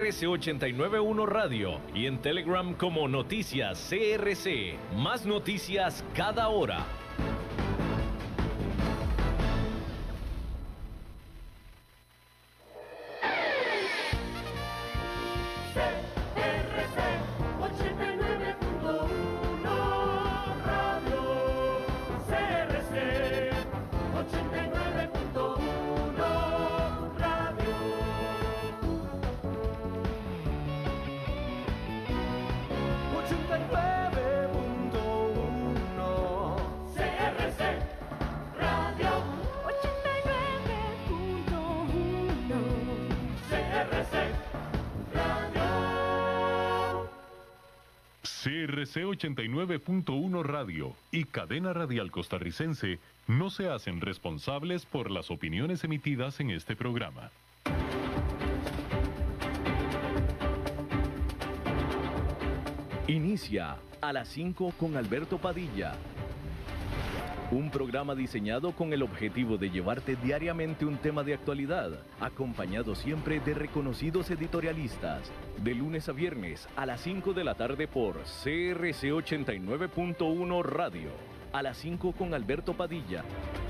CRC891 Radio y en Telegram como Noticias CRC. Más noticias cada hora. CRC 89.1 Radio y Cadena Radial Costarricense no se hacen responsables por las opiniones emitidas en este programa. Inicia a las 5 con Alberto Padilla. Un programa diseñado con el objetivo de llevarte diariamente un tema de actualidad, acompañado siempre de reconocidos editorialistas, de lunes a viernes a las 5 de la tarde por CRC 89.1 Radio. A las 5 con Alberto Padilla.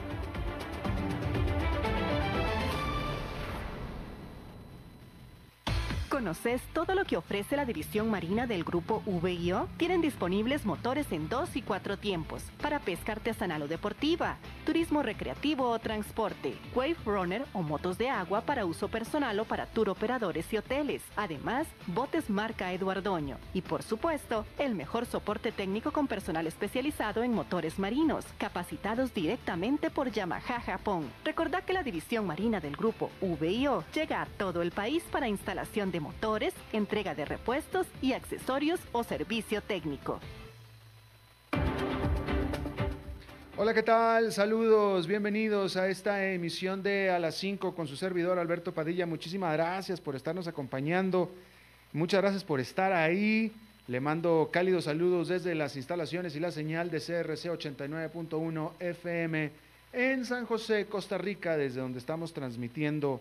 ¿Conoces todo lo que ofrece la división marina del grupo VIO? Tienen disponibles motores en 2 y 4 tiempos para pesca artesanal o deportiva, turismo recreativo o transporte, wave runner o motos de agua para uso personal o para tour operadores y hoteles. Además, botes marca Eduardoño y, por supuesto, el mejor soporte técnico con personal especializado en motores marinos, capacitados directamente por Yamaha Japón. Recordad que la división marina del grupo VIO llega a todo el país para instalación de motores, entrega de repuestos y accesorios o servicio técnico. Hola, ¿qué tal? Saludos, bienvenidos a esta emisión de A las 5 con su servidor Alberto Padilla. Muchísimas gracias por estarnos acompañando, muchas gracias por estar ahí. Le mando cálidos saludos desde las instalaciones y la señal de CRC 89.1 FM en San José, Costa Rica, desde donde estamos transmitiendo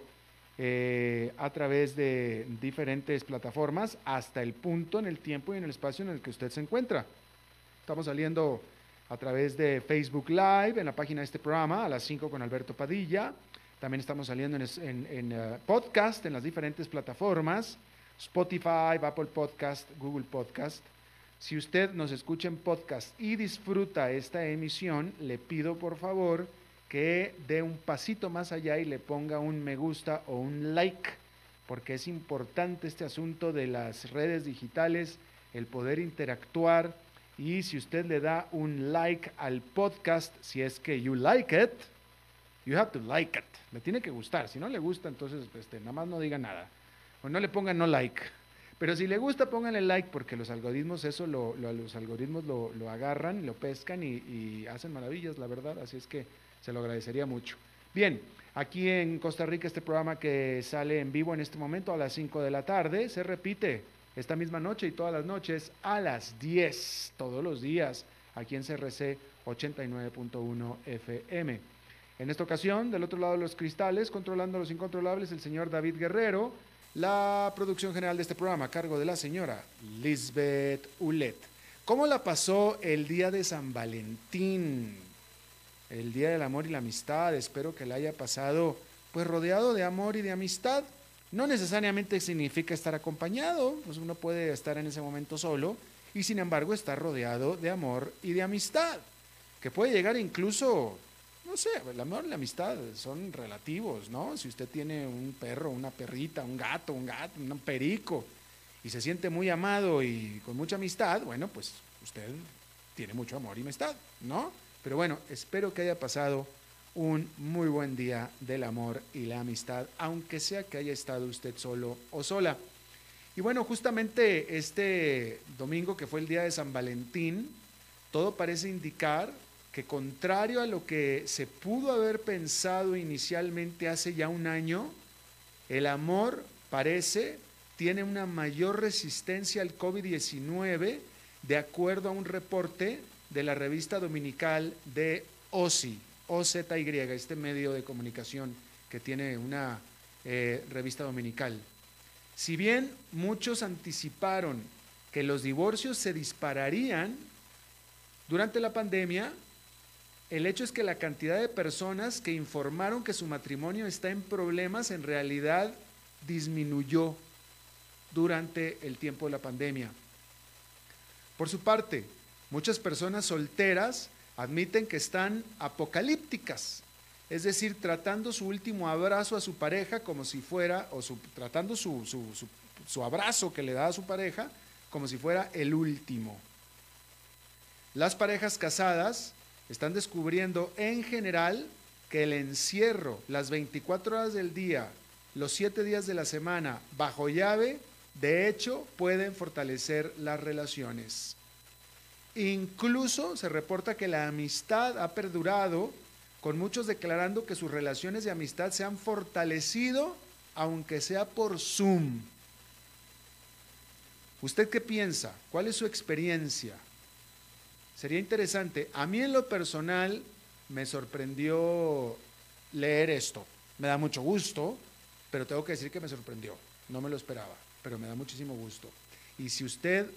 a través de diferentes plataformas hasta el punto, en el tiempo y en el espacio en el que usted se encuentra. Estamos saliendo a través de Facebook Live, en la página de este programa, a las 5 con Alberto Padilla. También estamos saliendo en podcast, en las diferentes plataformas, Spotify, Apple Podcast, Google Podcast. Si usted nos escucha en podcast y disfruta esta emisión, le pido por favor que dé un pasito más allá y le ponga un me gusta o un like, porque es importante este asunto de las redes digitales, el poder interactuar, y si usted le da un like al podcast, si es que you like it, you have to like it, le tiene que gustar. Si no le gusta, entonces nada más no diga nada, o no le ponga no like, pero si le gusta, pónganle like, porque los algoritmos lo agarran, lo pescan y hacen maravillas, la verdad, así es que se lo agradecería mucho. Bien, aquí en Costa Rica este programa que sale en vivo en este momento a las 5 de la tarde, se repite esta misma noche y todas las noches a las 10, todos los días, aquí en CRC 89.1 FM. En esta ocasión, del otro lado de los cristales, controlando los incontrolables, el señor David Guerrero, la producción general de este programa a cargo de la señora Lisbeth Ulet. ¿Cómo la pasó el día de San Valentín? El Día del Amor y la Amistad, espero que la haya pasado pues rodeado de amor y de amistad. No necesariamente significa estar acompañado, pues uno puede estar en ese momento solo y sin embargo estar rodeado de amor y de amistad, que puede llegar incluso, no sé, el amor y la amistad son relativos, ¿no? Si usted tiene un perro, una perrita, un gato, un perico y se siente muy amado y con mucha amistad, bueno, pues usted tiene mucho amor y amistad, ¿no? Pero bueno, espero que haya pasado un muy buen día del amor y la amistad, aunque sea que haya estado usted solo o sola. Y bueno, justamente este domingo, que fue el día de San Valentín, todo parece indicar que, contrario a lo que se pudo haber pensado inicialmente hace ya un año, el amor tiene una mayor resistencia al COVID-19, de acuerdo a un reporte de la revista dominical de OZY, este medio de comunicación que tiene una revista dominical. Si bien muchos anticiparon que los divorcios se dispararían durante la pandemia, el hecho es que la cantidad de personas que informaron que su matrimonio está en problemas en realidad disminuyó durante el tiempo de la pandemia. Por su parte, muchas personas solteras admiten que están apocalípticas, es decir, tratando su último abrazo a su pareja como si fuera, tratando su abrazo que le da a su pareja como si fuera el último. Las parejas casadas están descubriendo en general que el encierro, las 24 horas del día, los 7 días de la semana, bajo llave, de hecho, pueden fortalecer las relaciones. Incluso se reporta que la amistad ha perdurado, con muchos declarando que sus relaciones de amistad se han fortalecido, aunque sea por Zoom. ¿Usted qué piensa? ¿Cuál es su experiencia? Sería interesante. A mí en lo personal me sorprendió leer esto. Me da mucho gusto, pero tengo que decir que me sorprendió. No me lo esperaba, pero me da muchísimo gusto. Y si usted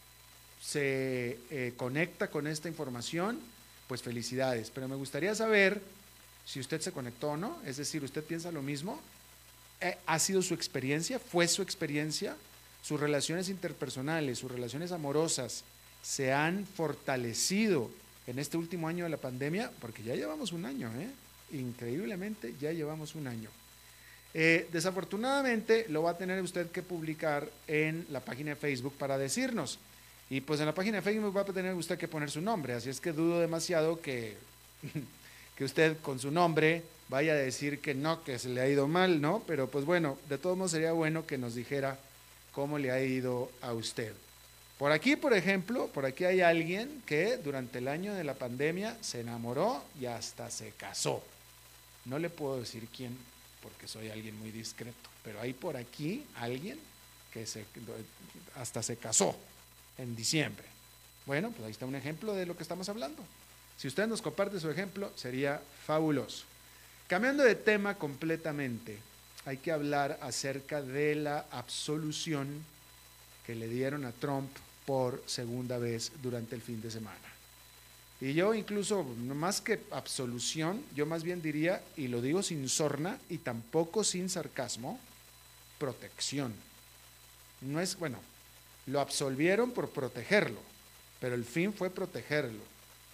se conecta con esta información, pues felicidades. Pero me gustaría saber si usted se conectó o no. Es decir, ¿usted piensa lo mismo? ¿Ha sido su experiencia? ¿Fue su experiencia? ¿Sus relaciones interpersonales, sus relaciones amorosas se han fortalecido en este último año de la pandemia? Porque ya llevamos un año, increíblemente ya llevamos un año. Desafortunadamente lo va a tener usted que publicar en la página de Facebook para decirnos, y pues en la página de Facebook va a tener usted que poner su nombre, así es que dudo demasiado que usted con su nombre vaya a decir que no, que se le ha ido mal, ¿no? Pero pues bueno, de todos modos sería bueno que nos dijera cómo le ha ido a usted. Por aquí, por ejemplo, por aquí hay alguien que durante el año de la pandemia se enamoró y hasta se casó. No le puedo decir quién, porque soy alguien muy discreto, pero hay por aquí alguien que hasta se casó en diciembre. Bueno, pues ahí está un ejemplo de lo que estamos hablando. Si usted nos comparte su ejemplo, sería fabuloso. Cambiando de tema completamente, hay que hablar acerca de la absolución que le dieron a Trump por segunda vez durante el fin de semana. Y yo incluso, más que absolución, yo más bien diría, y lo digo sin sorna y tampoco sin sarcasmo, protección. No es, bueno, lo absolvieron por protegerlo, pero el fin fue protegerlo.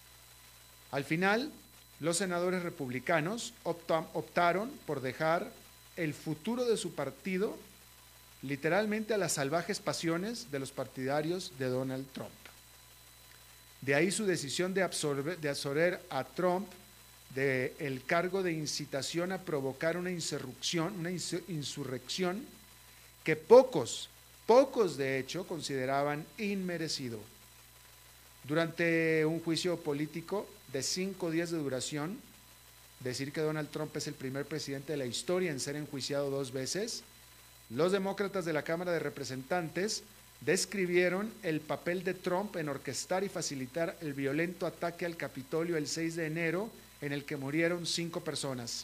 Al final, los senadores republicanos optaron por dejar el futuro de su partido literalmente a las salvajes pasiones de los partidarios de Donald Trump. De ahí su decisión de absorber a Trump del cargo de incitación a provocar una insurrección que pocos de hecho consideraban inmerecido. Durante un juicio político de 5 días de duración, decir que Donald Trump es el primer presidente de la historia en ser enjuiciado 2 veces, los demócratas de la Cámara de Representantes describieron el papel de Trump en orquestar y facilitar el violento ataque al Capitolio el 6 de enero, en el que murieron 5 personas.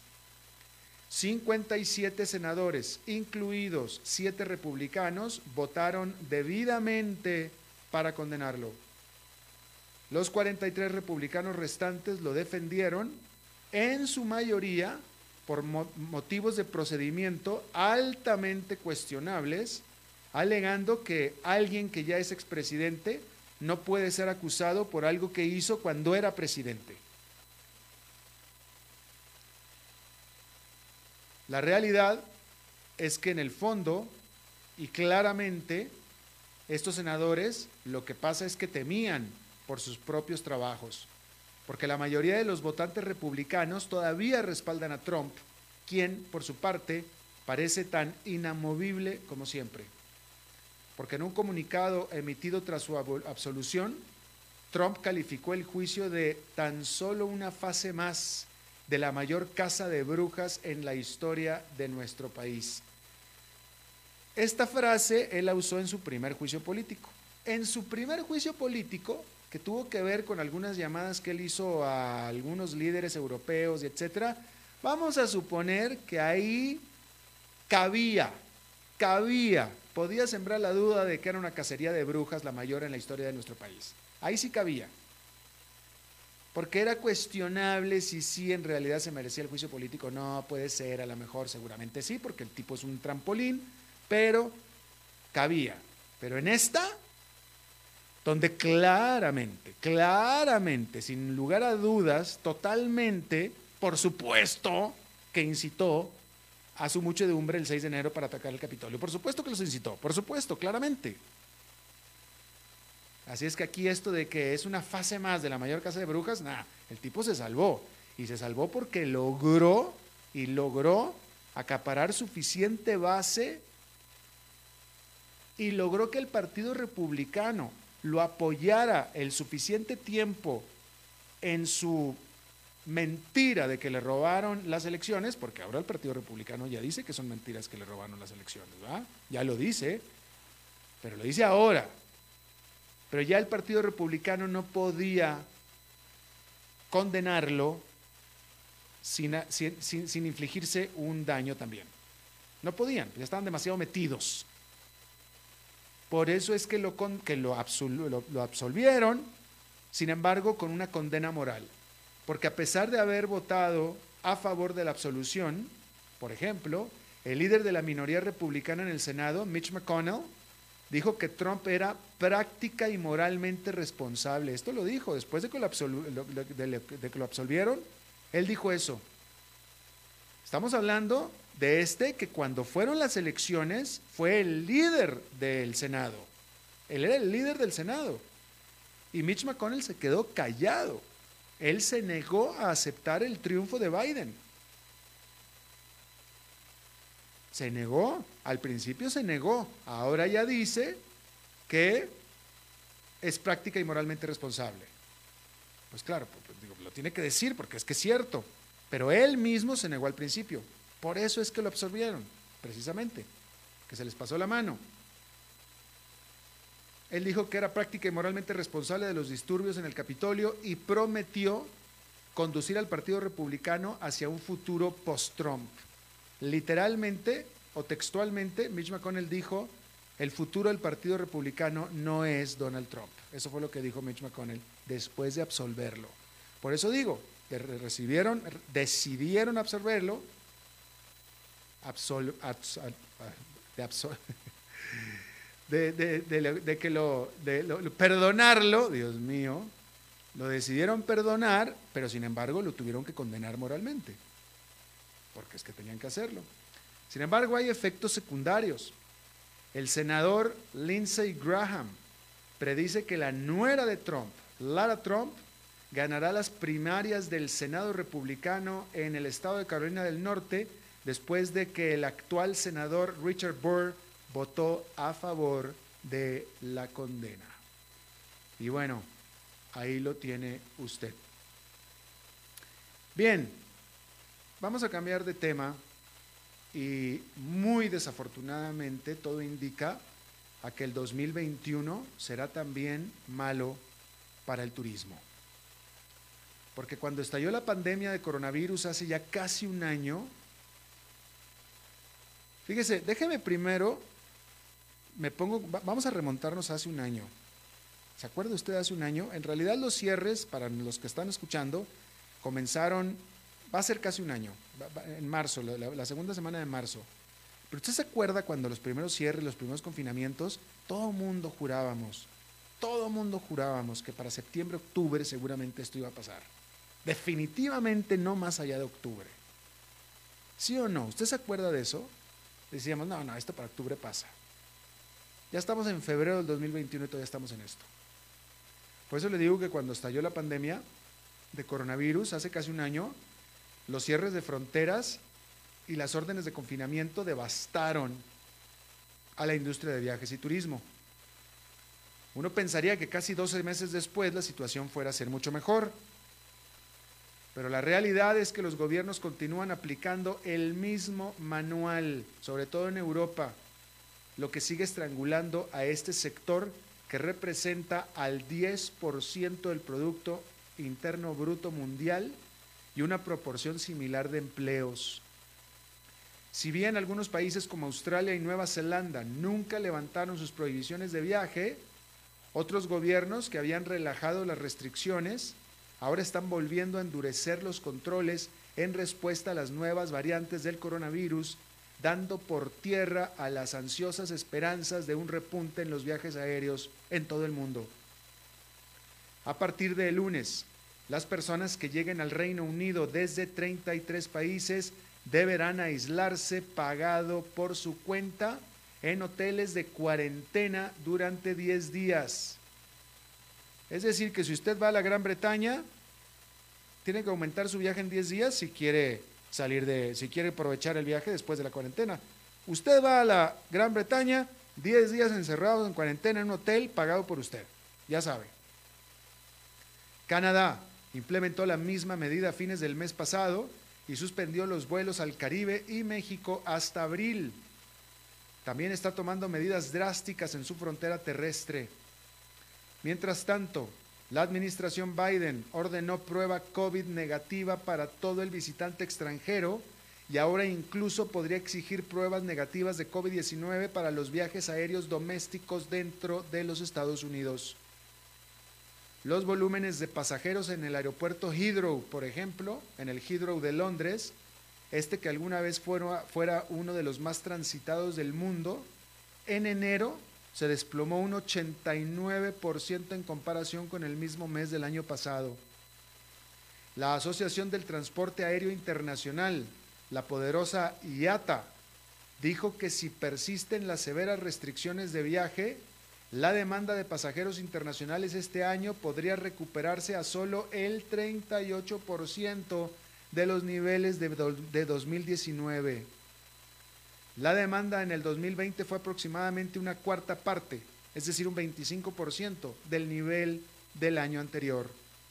57 senadores, incluidos 7 republicanos, votaron debidamente para condenarlo. Los 43 republicanos restantes lo defendieron, en su mayoría por motivos de procedimiento altamente cuestionables, alegando que alguien que ya es expresidente no puede ser acusado por algo que hizo cuando era presidente. La realidad es que en el fondo y claramente estos senadores lo que pasa es que temían por sus propios trabajos, porque la mayoría de los votantes republicanos todavía respaldan a Trump, quien, por su parte, parece tan inamovible como siempre. Porque en un comunicado emitido tras su absolución, Trump calificó el juicio de tan solo una fase más de la mayor caza de brujas en la historia de nuestro país. Esta frase él la usó en su primer juicio político. En su primer juicio político, que tuvo que ver con algunas llamadas que él hizo a algunos líderes europeos, etcétera, vamos a suponer que ahí cabía podía sembrar la duda de que era una cacería de brujas la mayor en la historia de nuestro país. Ahí sí cabía. Porque era cuestionable si sí en realidad se merecía el juicio político. No, puede ser, a lo mejor, seguramente sí, porque el tipo es un trampolín, pero cabía. Pero en esta, donde claramente, sin lugar a dudas, totalmente, por supuesto, que incitó a su muchedumbre el 6 de enero para atacar el Capitolio. Por supuesto que los incitó, por supuesto, claramente. Así es que aquí esto de que es una fase más de la mayor caza de brujas, nada, el tipo se salvó. Y se salvó porque logró acaparar suficiente base y logró que el Partido Republicano lo apoyara el suficiente tiempo en su mentira de que le robaron las elecciones, porque ahora el Partido Republicano ya dice que son mentiras que le robaron las elecciones, ¿verdad? Ya lo dice, pero lo dice ahora. Pero ya el Partido Republicano no podía condenarlo sin infligirse un daño también. No podían, ya estaban demasiado metidos. Por eso es que lo absolvieron, sin embargo, con una condena moral. Porque a pesar de haber votado a favor de la absolución, por ejemplo, el líder de la minoría republicana en el Senado, Mitch McConnell, dijo que Trump era práctica y moralmente responsable. Esto lo dijo después de que lo absolvieron. Él dijo eso. Estamos hablando de que cuando fueron las elecciones fue el líder del Senado. Él era el líder del Senado. Y Mitch McConnell se quedó callado. Él se negó a aceptar el triunfo de Biden. Se negó, al principio se negó, ahora ya dice que es práctica y moralmente responsable. Pues claro, lo tiene que decir porque es que es cierto, pero él mismo se negó al principio. Por eso es que lo absolvieron, precisamente, que se les pasó la mano. Él dijo que era práctica y moralmente responsable de los disturbios en el Capitolio y prometió conducir al Partido Republicano hacia un futuro post-Trump. Literalmente o textualmente, Mitch McConnell dijo, el futuro del Partido Republicano no es Donald Trump. Eso fue lo que dijo Mitch McConnell después de absolverlo. Por eso digo, decidieron absolverlo, perdonarlo, Dios mío, lo decidieron perdonar, pero sin embargo lo tuvieron que condenar moralmente, porque es que tenían que hacerlo. Sin embargo, hay efectos secundarios. El senador Lindsey Graham predice que la nuera de Trump, Lara Trump, ganará las primarias del Senado republicano en el estado de Carolina del Norte después de que el actual senador Richard Burr votó a favor de la condena. Y bueno, ahí lo tiene usted. Bien, vamos a cambiar de tema y muy desafortunadamente todo indica a que el 2021 será también malo para el turismo. Porque cuando estalló la pandemia de coronavirus hace ya casi un año, fíjese, déjeme primero, vamos a remontarnos hace un año. ¿Se acuerda usted hace un año? En realidad los cierres, para los que están escuchando, comenzaron, va a ser casi un año, en marzo, la segunda semana de marzo. Pero usted se acuerda cuando los primeros cierres, los primeros confinamientos, todo mundo jurábamos que para septiembre, octubre seguramente esto iba a pasar. Definitivamente no más allá de octubre. ¿Sí o no? ¿Usted se acuerda de eso? Decíamos, no, esto para octubre pasa. Ya estamos en febrero del 2021 y todavía estamos en esto. Por eso le digo que cuando estalló la pandemia de coronavirus, hace casi un año, los cierres de fronteras y las órdenes de confinamiento devastaron a la industria de viajes y turismo. Uno pensaría que casi 12 meses después la situación fuera a ser mucho mejor. Pero la realidad es que los gobiernos continúan aplicando el mismo manual, sobre todo en Europa, lo que sigue estrangulando a este sector que representa al 10% del Producto Interno Bruto Mundial y una proporción similar de empleos. Si bien algunos países como Australia y Nueva Zelanda nunca levantaron sus prohibiciones de viaje, otros gobiernos que habían relajado las restricciones ahora están volviendo a endurecer los controles en respuesta a las nuevas variantes del coronavirus, dando por tierra a las ansiosas esperanzas de un repunte en los viajes aéreos en todo el mundo. A partir de lunes, las personas que lleguen al Reino Unido desde 33 países deberán aislarse pagado por su cuenta en hoteles de cuarentena durante 10 días. Es decir, que si usted va a la Gran Bretaña, tiene que aumentar su viaje en 10 días si quiere si quiere aprovechar el viaje después de la cuarentena. Usted va a la Gran Bretaña, 10 días encerrados en cuarentena en un hotel pagado por usted, ya sabe. Canadá implementó la misma medida a fines del mes pasado y suspendió los vuelos al Caribe y México hasta abril. También está tomando medidas drásticas en su frontera terrestre. Mientras tanto, la administración Biden ordenó prueba COVID negativa para todo el visitante extranjero y ahora incluso podría exigir pruebas negativas de COVID-19 para los viajes aéreos domésticos dentro de los Estados Unidos. Los volúmenes de pasajeros en el aeropuerto Heathrow, por ejemplo, en el Heathrow de Londres, que alguna vez fuera uno de los más transitados del mundo, en enero se desplomó un 89% en comparación con el mismo mes del año pasado. La Asociación del Transporte Aéreo Internacional, la poderosa IATA, dijo que si persisten las severas restricciones de viaje, la demanda de pasajeros internacionales este año podría recuperarse a solo el 38% de los niveles de 2019. La demanda en el 2020 fue aproximadamente una cuarta parte, es decir, un 25% del nivel del año anterior.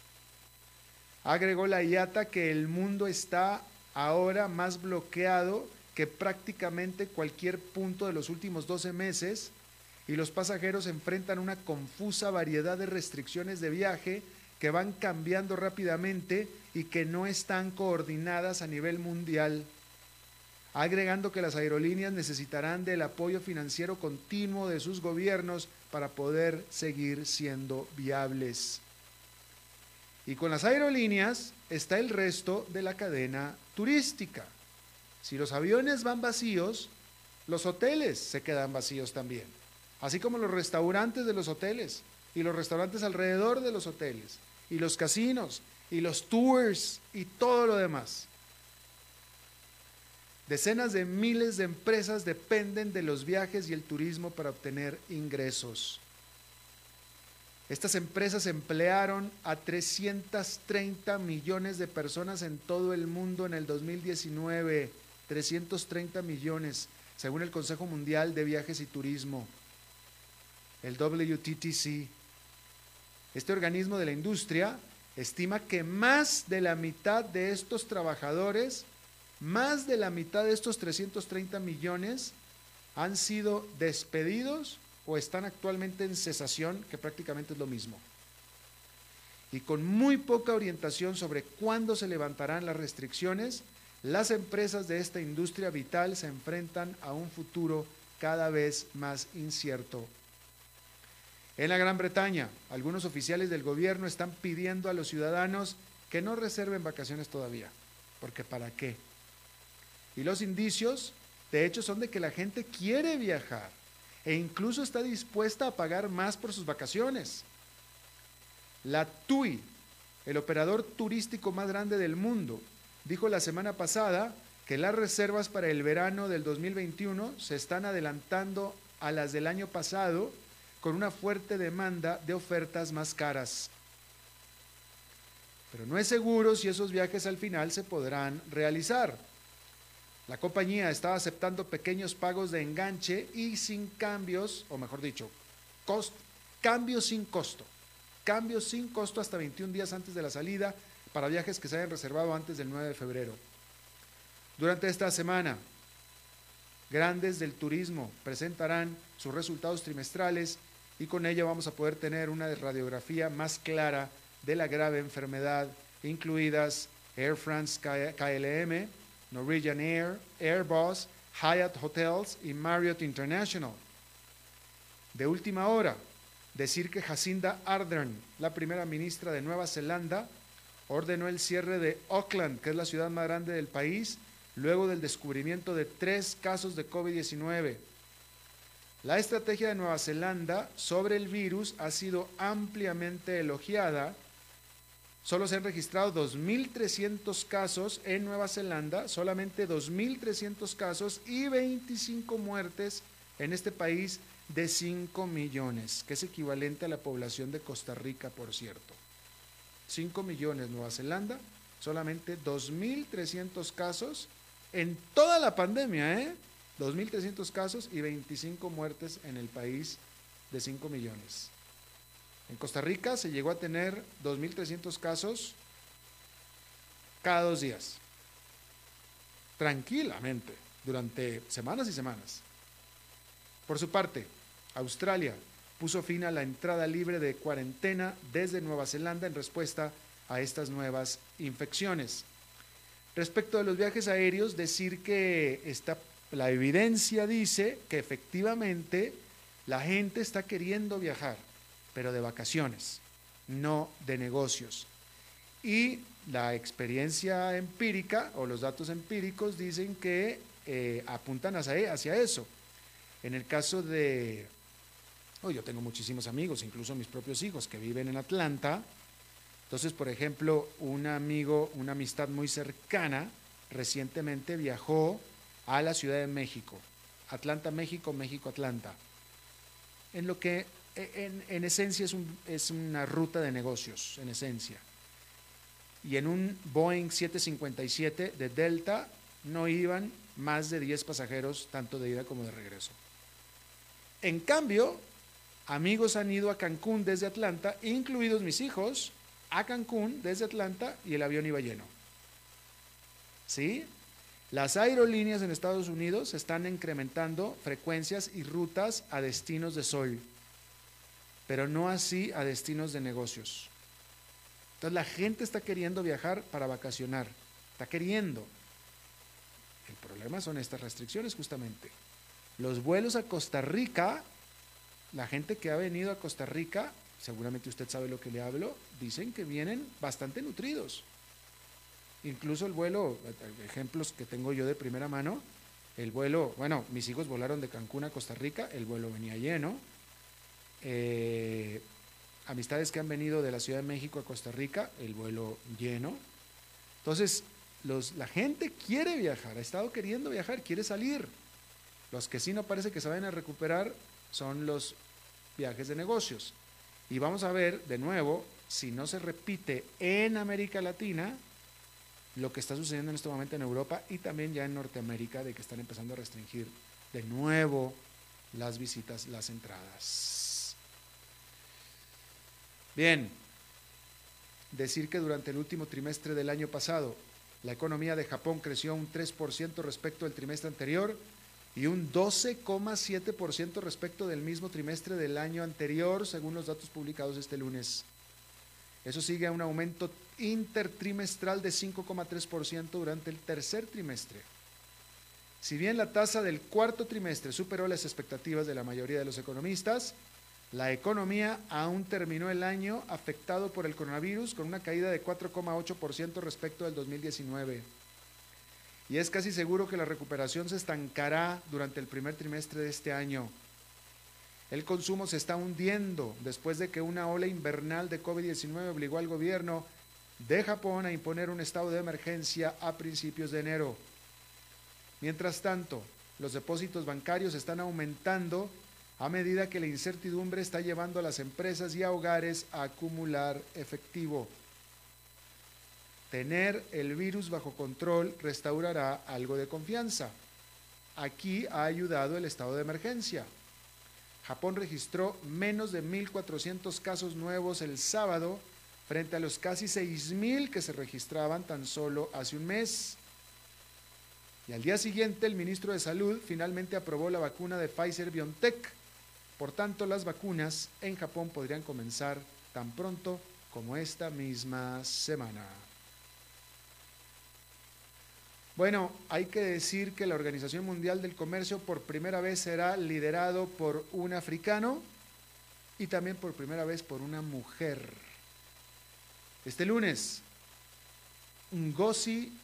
Agregó la IATA que el mundo está ahora más bloqueado que prácticamente cualquier punto de los últimos 12 meses y los pasajeros enfrentan una confusa variedad de restricciones de viaje que van cambiando rápidamente y que no están coordinadas a nivel mundial, agregando que las aerolíneas necesitarán del apoyo financiero continuo de sus gobiernos para poder seguir siendo viables. Y con las aerolíneas está el resto de la cadena turística. Si los aviones van vacíos, los hoteles se quedan vacíos también, así como los restaurantes de los hoteles y los restaurantes alrededor de los hoteles y los casinos y los tours y todo lo demás. Decenas de miles de empresas dependen de los viajes y el turismo para obtener ingresos. Estas empresas emplearon a 330 millones de personas en todo el mundo en el 2019, 330 millones, según el Consejo Mundial de Viajes y Turismo, el WTTC. Este organismo de la industria estima que más de la mitad de estos trabajadores, más de la mitad de estos 330 millones han sido despedidos o están actualmente en cesación, que prácticamente es lo mismo. Y con muy poca orientación sobre cuándo se levantarán las restricciones, las empresas de esta industria vital se enfrentan a un futuro cada vez más incierto. En la Gran Bretaña, algunos oficiales del gobierno están pidiendo a los ciudadanos que no reserven vacaciones todavía, porque ¿para qué? Y los indicios, de hecho, son de que la gente quiere viajar e incluso está dispuesta a pagar más por sus vacaciones. La TUI, el operador turístico más grande del mundo, dijo la semana pasada que las reservas para el verano del 2021 se están adelantando a las del año pasado con una fuerte demanda de ofertas más caras. Pero no es seguro si esos viajes al final se podrán realizar. La compañía estaba aceptando pequeños pagos de enganche y sin cambios, o mejor dicho, cambios sin costo hasta 21 días antes de la salida para viajes que se hayan reservado antes del 9 de febrero. Durante esta semana, grandes del turismo presentarán sus resultados trimestrales y con ello vamos a poder tener una radiografía más clara de la grave enfermedad, incluidas Air France KLM, Norwegian Air, Airbus, Hyatt Hotels y Marriott International. De última hora, decir que Jacinda Ardern, la primera ministra de Nueva Zelanda, ordenó el cierre de Auckland, que es la ciudad más grande del país, luego del descubrimiento de 3 casos de COVID-19. La estrategia de Nueva Zelanda sobre el virus ha sido ampliamente elogiada. Solo se han registrado 2.300 casos en Nueva Zelanda, solamente 2.300 casos y 25 muertes en este país de 5 millones, que es equivalente a la población de Costa Rica, por cierto. 5 millones Nueva Zelanda, solamente 2.300 casos en toda la pandemia, 2.300 casos y 25 muertes en el país de 5 millones. En Costa Rica se llegó a tener 2.300 casos cada 2 días, tranquilamente, durante semanas y semanas. Por su parte, Australia puso fin a la entrada libre de cuarentena desde Nueva Zelanda en respuesta a estas nuevas infecciones. Respecto de los viajes aéreos, decir que la evidencia dice que efectivamente la gente está queriendo viajar, pero de vacaciones, no de negocios. Y la experiencia empírica o los datos empíricos dicen que apuntan hacia eso. En el caso de, yo tengo muchísimos amigos, incluso mis propios hijos que viven en Atlanta. Entonces, por ejemplo, un amigo, una amistad muy cercana, recientemente viajó a la Ciudad de México, Atlanta, México, México, Atlanta, en lo que en esencia es una ruta de negocios, en esencia. Y en un Boeing 757 de Delta no iban más de 10 pasajeros, tanto de ida como de regreso. En cambio, amigos han ido a Cancún desde Atlanta, incluidos mis hijos, a Cancún desde Atlanta, y el avión iba lleno. ¿Sí? Las aerolíneas en Estados Unidos están incrementando frecuencias y rutas a destinos de sol, pero no así a destinos de negocios. Entonces la gente está queriendo viajar para vacacionar, está queriendo. El problema son estas restricciones justamente. Los vuelos a Costa Rica, la gente que ha venido a Costa Rica, seguramente usted sabe lo que le hablo, dicen que vienen bastante nutridos. Incluso el vuelo, ejemplos que tengo yo de primera mano, el vuelo, mis hijos volaron de Cancún a Costa Rica, el vuelo venía lleno. Amistades que han venido de la Ciudad de México a Costa Rica, el vuelo lleno. Entonces, la gente quiere viajar, ha estado queriendo viajar, quiere salir. Los que sí no parece que se vayan a recuperar son los viajes de negocios. Y vamos a ver de nuevo si no se repite en América Latina lo que está sucediendo en este momento en Europa y también ya en Norteamérica, de que están empezando a restringir de nuevo las visitas, las entradas. Bien, decir que durante el último trimestre del año pasado, la economía de Japón creció un 3% respecto al trimestre anterior y un 12,7% respecto del mismo trimestre del año anterior, según los datos publicados este lunes. Eso sigue a un aumento intertrimestral de 5,3% durante el tercer trimestre. Si bien la tasa del cuarto trimestre superó las expectativas de la mayoría de los economistas, la economía aún terminó el año afectado por el coronavirus con una caída de 4,8% respecto del 2019. Y es casi seguro que la recuperación se estancará durante el primer trimestre de este año. El consumo se está hundiendo después de que una ola invernal de COVID-19 obligó al gobierno de Japón a imponer un estado de emergencia a principios de enero. Mientras tanto, los depósitos bancarios están aumentando a medida que la incertidumbre está llevando a las empresas y a hogares a acumular efectivo. Tener el virus bajo control restaurará algo de confianza. Aquí ha ayudado el estado de emergencia. Japón registró menos de 1.400 casos nuevos el sábado frente a los casi 6.000 que se registraban tan solo hace un mes. Y al día siguiente el ministro de Salud finalmente aprobó la vacuna de Pfizer-BioNTech. Por tanto, las vacunas en Japón podrían comenzar tan pronto como esta misma semana. Bueno, hay que decir que la Organización Mundial del Comercio por primera vez será liderado por un africano y también por primera vez por una mujer. Este lunes, Ngozi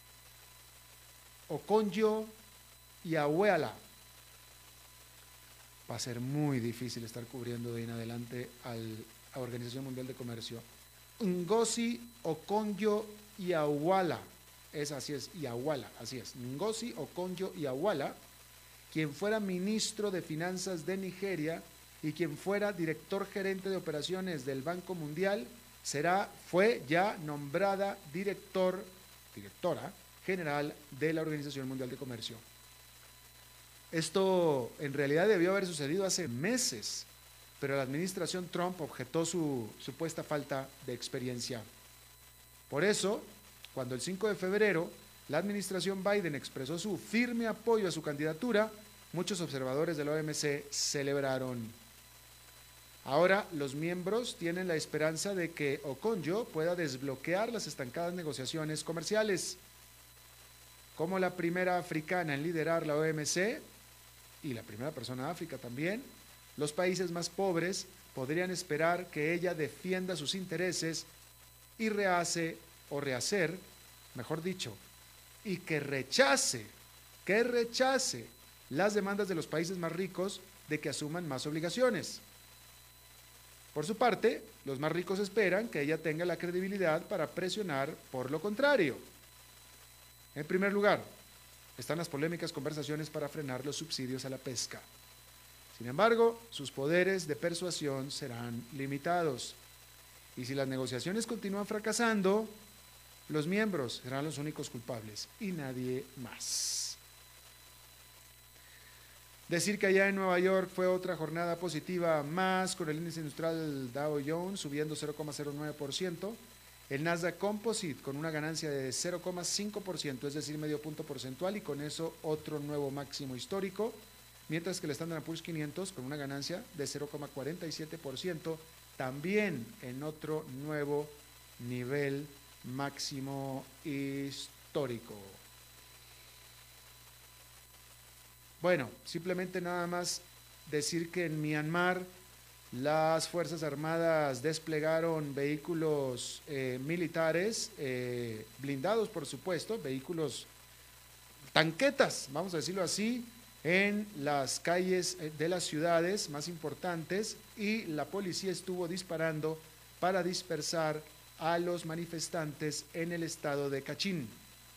Okonjo-Iweala. Va a ser muy difícil estar cubriendo de ahí en adelante a la Organización Mundial de Comercio. Ngozi Okonjo-Iweala. Así es, Iweala, así es. Ngozi Okonjo-Iweala, quien fuera ministro de Finanzas de Nigeria y quien fuera director gerente de operaciones del Banco Mundial, fue ya nombrada directora general de la Organización Mundial de Comercio. Esto en realidad debió haber sucedido hace meses, pero la administración Trump objetó su supuesta falta de experiencia. Por eso, cuando el 5 de febrero la administración Biden expresó su firme apoyo a su candidatura, muchos observadores de la OMC celebraron. Ahora los miembros tienen la esperanza de que Okonjo pueda desbloquear las estancadas negociaciones comerciales. Como la primera africana en liderar la OMC y la primera persona de África también, los países más pobres podrían esperar que ella defienda sus intereses y rehacer, mejor dicho, y que rechace las demandas de los países más ricos de que asuman más obligaciones. Por su parte, los más ricos esperan que ella tenga la credibilidad para presionar por lo contrario. En primer lugar, están las polémicas conversaciones para frenar los subsidios a la pesca. Sin embargo, sus poderes de persuasión serán limitados. Y si las negociaciones continúan fracasando, los miembros serán los únicos culpables y nadie más. Decir que allá en Nueva York fue otra jornada positiva más, con el índice industrial Dow Jones subiendo 0,09%, el Nasdaq Composite con una ganancia de 0,5%, es decir, medio punto porcentual, y con eso otro nuevo máximo histórico, mientras que el Standard & Poor's 500 con una ganancia de 0,47%, también en otro nuevo nivel máximo histórico. Bueno, simplemente nada más decir que en Myanmar las Fuerzas Armadas desplegaron vehículos militares, blindados por supuesto, vehículos, tanquetas, vamos a decirlo así, en las calles de las ciudades más importantes, y la policía estuvo disparando para dispersar a los manifestantes en el estado de Kachin.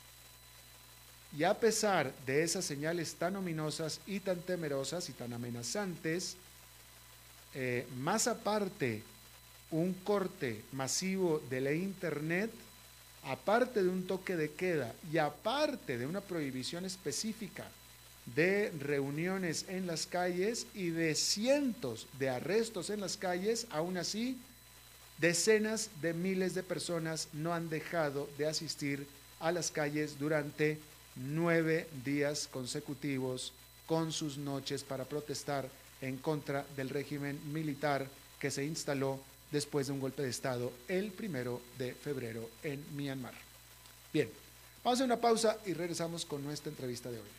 Y a pesar de esas señales tan ominosas y tan temerosas y tan amenazantes, más aparte un corte masivo de la internet, aparte de un toque de queda y aparte de una prohibición específica de reuniones en las calles y de cientos de arrestos en las calles, aún así, decenas de miles de personas no han dejado de asistir a las calles durante 9 días consecutivos con sus noches para protestar en contra del régimen militar que se instaló después de un golpe de Estado el 1 de febrero en Myanmar. Bien, vamos a hacer una pausa y regresamos con nuestra entrevista de hoy.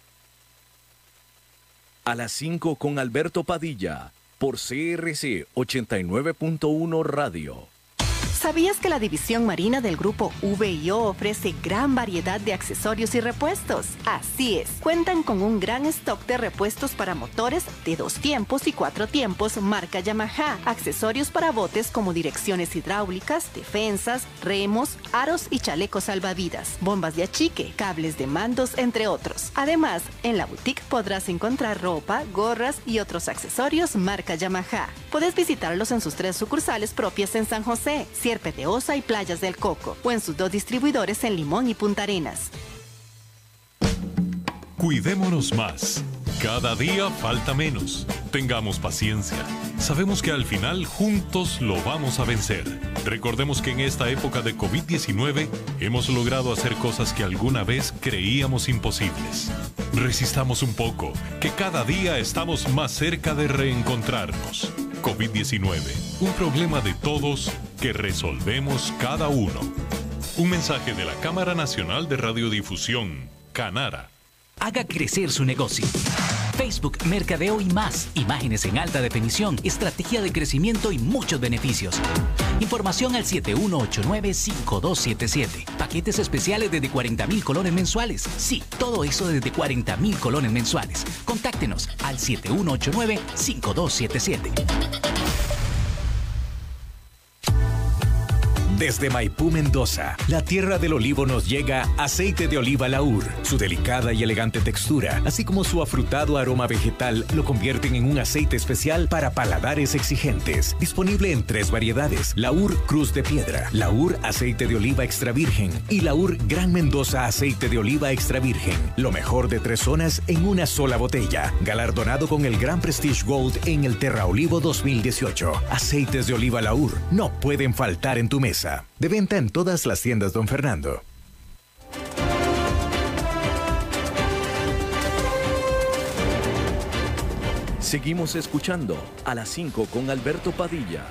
A las 5 con Alberto Padilla, por CRC 89.1 Radio. ¿Sabías que la división marina del grupo VIO ofrece gran variedad de accesorios y repuestos? Así es, cuentan con un gran stock de repuestos para motores de 2 tiempos y 4 tiempos marca Yamaha, accesorios para botes como direcciones hidráulicas, defensas, remos, aros y chalecos salvavidas, bombas de achique, cables de mandos, entre otros. Además, en la boutique podrás encontrar ropa, gorras y otros accesorios marca Yamaha. Puedes visitarlos en sus 3 sucursales propias en San José, Sierpe de Osa y Playas del Coco, o en sus 2 distribuidores en Limón y Punta Arenas. Cuidémonos más. Cada día falta menos. Tengamos paciencia. Sabemos que al final juntos lo vamos a vencer. Recordemos que en esta época de COVID-19 hemos logrado hacer cosas que alguna vez creíamos imposibles. Resistamos un poco, que cada día estamos más cerca de reencontrarnos. COVID-19, un problema de todos que resolvemos cada uno. Un mensaje de la Cámara Nacional de Radiodifusión, Canara. Haga crecer su negocio. Facebook, Mercadeo y más. Imágenes en alta definición, estrategia de crecimiento y muchos beneficios. Información al 7189-5277. Paquetes especiales desde 40,000 colones mensuales. Sí, todo eso desde 40,000 colones mensuales. Contáctenos al 7189-5277. Desde Maipú, Mendoza, la tierra del olivo, nos llega aceite de oliva Laur. Su delicada y elegante textura, así como su afrutado aroma vegetal, lo convierten en un aceite especial para paladares exigentes. Disponible en 3 variedades: Laur Cruz de Piedra, Laur Aceite de Oliva Extra Virgen y Laur Gran Mendoza Aceite de Oliva Extra Virgen. Lo mejor de 3 zonas en una sola botella. Galardonado con el Gran Prestige Gold en el Terra Olivo 2018. Aceites de oliva Laur no pueden faltar en tu mesa. De venta en todas las tiendas Don Fernando. Seguimos escuchando a las 5 con Alberto Padilla.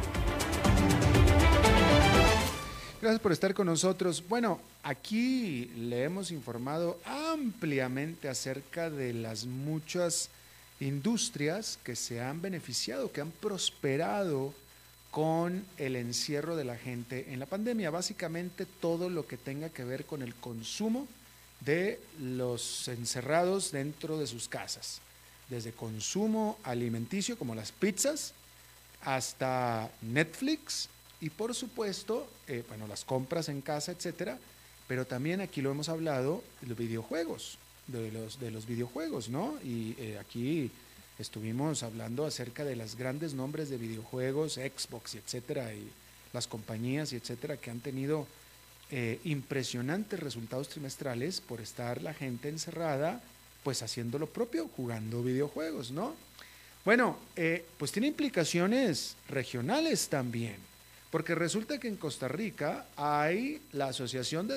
Gracias por estar con nosotros. Bueno, aquí le hemos informado ampliamente acerca de las muchas industrias que se han beneficiado, que han prosperado con el encierro de la gente en la pandemia. Básicamente todo lo que tenga que ver con el consumo de los encerrados dentro de sus casas. Desde consumo alimenticio como las pizzas hasta Netflix y por supuesto, las compras en casa, etcétera. Pero también aquí lo hemos hablado, los videojuegos, de los videojuegos, ¿no? Y aquí estuvimos hablando acerca de los grandes nombres de videojuegos, Xbox, etcétera, y las compañías, etcétera, que han tenido impresionantes resultados trimestrales por estar la gente encerrada, pues haciendo lo propio, jugando videojuegos, ¿no? Bueno, pues tiene implicaciones regionales también, porque resulta que en Costa Rica hay la Asociación de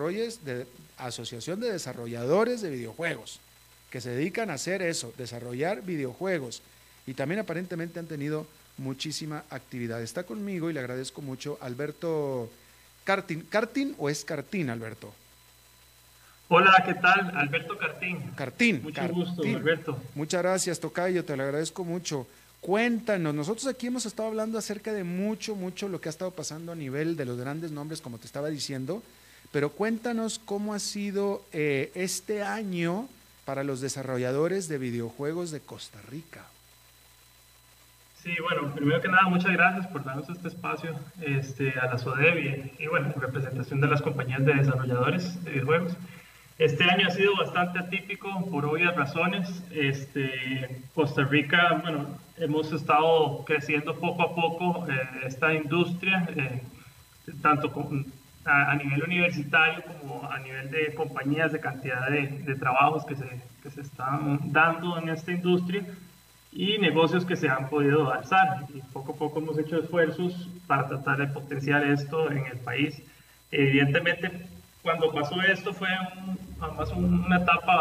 Desarrolladores de Videojuegos, que se dedican a hacer eso, desarrollar videojuegos, y también aparentemente han tenido muchísima actividad. Está conmigo y le agradezco mucho Alberto Cartín. ¿Cartín o es Cartín, Alberto? Hola, ¿qué tal? Alberto Cartín. Cartín. Mucho Cartín. gusto, Alberto. Muchas gracias, tocayo, te lo agradezco mucho. Cuéntanos, nosotros aquí hemos estado hablando acerca de mucho lo que ha estado pasando a nivel de los grandes nombres, como te estaba diciendo, pero cuéntanos cómo ha sido este año para los desarrolladores de videojuegos de Costa Rica. Sí, bueno, primero que nada, muchas gracias por darnos este espacio a la SODEV y bueno, en representación de las compañías de desarrolladores de videojuegos. Este año ha sido bastante atípico por obvias razones. Costa Rica, bueno, hemos estado creciendo poco a poco esta industria, tanto a nivel universitario como a nivel de compañías, de cantidad de trabajos que se están dando en esta industria y negocios que se han podido alzar. Y poco a poco hemos hecho esfuerzos para tratar de potenciar esto en el país. Evidentemente, cuando pasó esto fue además una etapa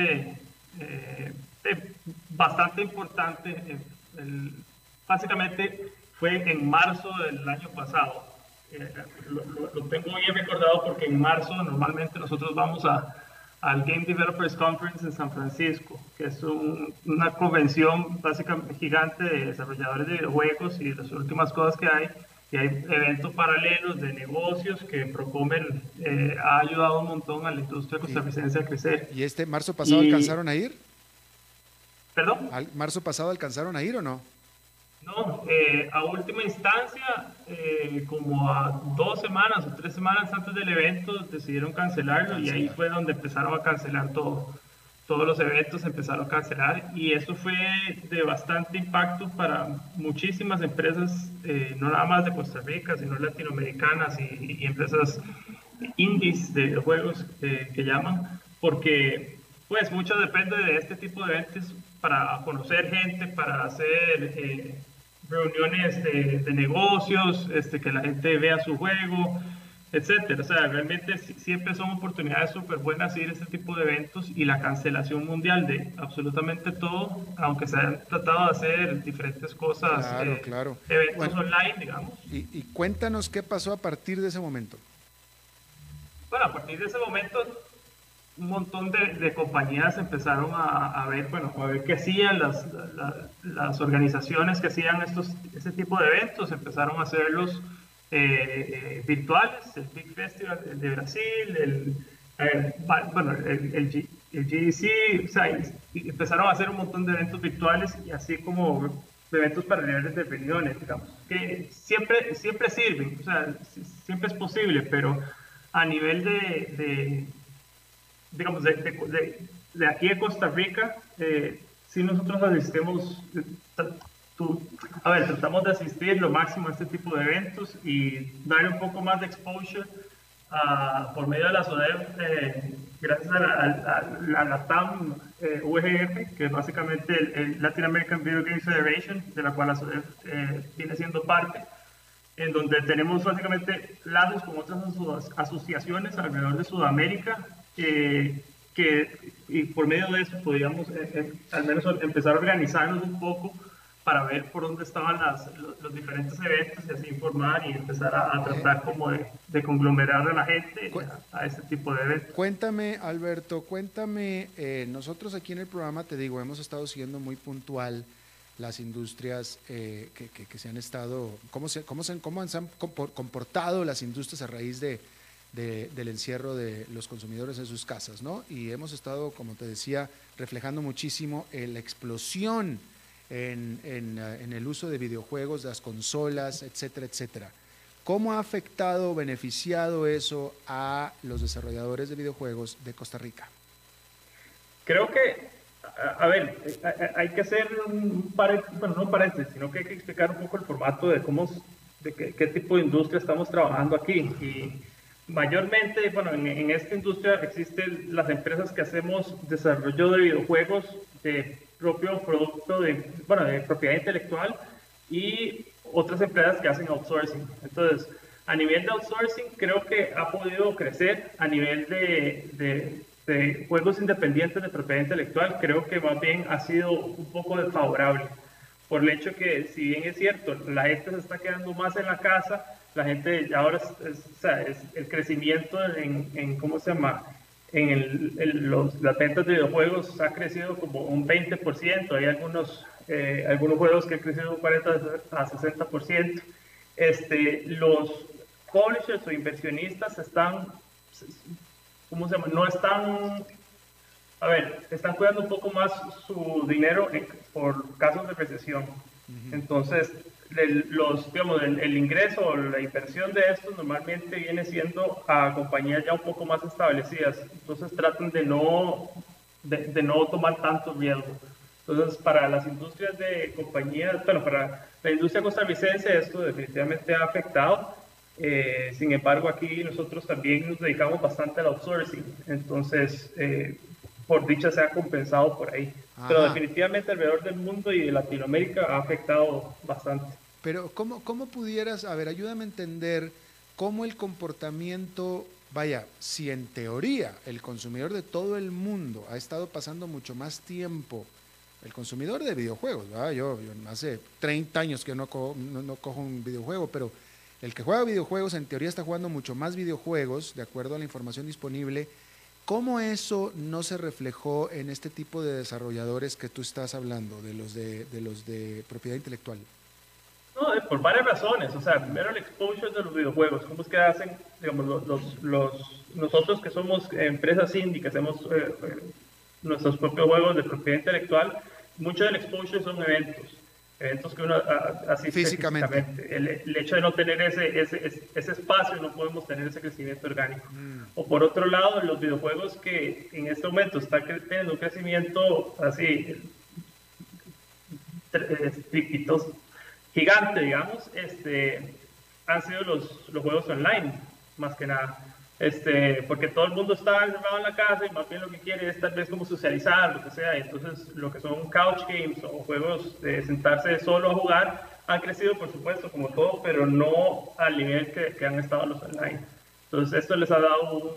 bastante importante. Básicamente fue en marzo del año pasado. Lo tengo bien recordado porque en marzo normalmente nosotros vamos al Game Developers Conference en San Francisco, que es una convención básicamente gigante de desarrolladores de videojuegos y las últimas cosas que hay. Y hay eventos paralelos de negocios que Procomer ha ayudado un montón a la industria costarricense a crecer. ¿Y este marzo pasado alcanzaron a ir? ¿Perdón? ¿Marzo pasado alcanzaron a ir o no? No, a última instancia, como a 2 semanas o 3 semanas antes del evento decidieron cancelarlo y ahí fue donde empezaron a cancelar todo. Todos los eventos empezaron a cancelar y eso fue de bastante impacto para muchísimas empresas, no nada más de Costa Rica, sino latinoamericanas y empresas indies de juegos que llaman, porque pues mucho depende de este tipo de eventos para conocer gente, para hacer reuniones de negocios, que la gente vea su juego, etcétera. O sea, realmente siempre son oportunidades súper buenas ir a este tipo de eventos y la cancelación mundial de absolutamente todo, aunque se han tratado de hacer diferentes cosas, claro. eventos online, digamos. Y cuéntanos qué pasó a partir de ese momento. Bueno, a partir de ese momento un montón de compañías empezaron a ver, bueno, a ver qué hacían las organizaciones que hacían este tipo de eventos, empezaron a hacerlos virtuales, el Big Festival de Brasil, el GDC, o sea, y empezaron a hacer un montón de eventos virtuales y así como eventos para niveles de reuniones, digamos, que siempre sirven, o sea, siempre es posible, pero a nivel digamos, de aquí de Costa Rica, si nosotros asistimos, tratamos de asistir lo máximo a este tipo de eventos y darle un poco más de exposure por medio de la SODEV, gracias a la TAM VGF, que es básicamente el Latin American Video Game Federation, de la cual la SODEV viene siendo parte, en donde tenemos básicamente lazos con otras asociaciones alrededor de Sudamérica, y por medio de eso podríamos al menos empezar a organizarnos un poco para ver por dónde estaban los diferentes eventos y así informar y empezar a tratar como de conglomerar a la gente a este tipo de eventos. Cuéntame, Alberto, nosotros aquí en el programa, te digo, hemos estado siguiendo muy puntual las industrias que se han estado, cómo se han comportado las industrias a raíz del encierro de los consumidores en sus casas, ¿no? Y hemos estado, como te decía, reflejando muchísimo la explosión en el uso de videojuegos, de las consolas, etcétera, etcétera. ¿Cómo ha afectado o beneficiado eso a los desarrolladores de videojuegos de Costa Rica? Creo que, a ver, hay que hacer no un paréntesis, sino que hay que explicar un poco el formato de qué tipo de industria estamos trabajando aquí. Y mayormente, bueno, en esta industria existen las empresas que hacemos desarrollo de videojuegos de propio producto de propiedad intelectual y otras empresas que hacen outsourcing. Entonces, a nivel de outsourcing, creo que ha podido crecer a nivel de juegos independientes de propiedad intelectual. Creo que más bien ha sido un poco desfavorable por el hecho que, si bien es cierto, la gente se está quedando más en la casa, la gente ahora el crecimiento en ¿cómo se llama? Las ventas de videojuegos ha crecido como un 20%, hay algunos juegos que han crecido un 40 a 60%. Los publishers o inversionistas están, ¿cómo se llama? No están, están cuidando un poco más su dinero por casos de recesión. Entonces, el ingreso o la inversión de estos normalmente viene siendo a compañías ya un poco más establecidas. Entonces tratan de no tomar tanto riesgo. Entonces, para las industrias de compañías, para la industria costarricense esto definitivamente ha afectado. Sin embargo, aquí nosotros también nos dedicamos bastante al outsourcing. Entonces, por dicha se ha compensado por ahí. Ajá. Pero definitivamente alrededor del mundo y de Latinoamérica ha afectado bastante. Pero ¿cómo pudieras, ayúdame a entender cómo el comportamiento, si en teoría el consumidor de todo el mundo ha estado pasando mucho más tiempo, el consumidor de videojuegos, ¿verdad? Yo hace 30 años que no cojo un videojuego, pero el que juega videojuegos en teoría está jugando mucho más videojuegos, de acuerdo a la información disponible. ¿Cómo eso no se reflejó en este tipo de desarrolladores que tú estás hablando, de los de propiedad intelectual? No, por varias razones. Primero el exposure de los videojuegos. ¿Cómo es que hacen, digamos, nosotros que somos empresas indie, que hacemos nuestros propios juegos de propiedad intelectual, mucho del exposure son eventos que uno asiste físicamente. El hecho de no tener ese espacio, no podemos tener ese crecimiento orgánico. O por otro lado, los videojuegos que en este momento están teniendo un crecimiento así gigante, digamos, han sido los juegos online, más que nada. Porque todo el mundo está encerrado en la casa y más bien lo que quiere es tal vez como socializar, lo que sea. Entonces, lo que son couch games o juegos de sentarse solo a jugar han crecido, por supuesto, como todo, pero no al nivel que han estado los online. Entonces, esto les ha dado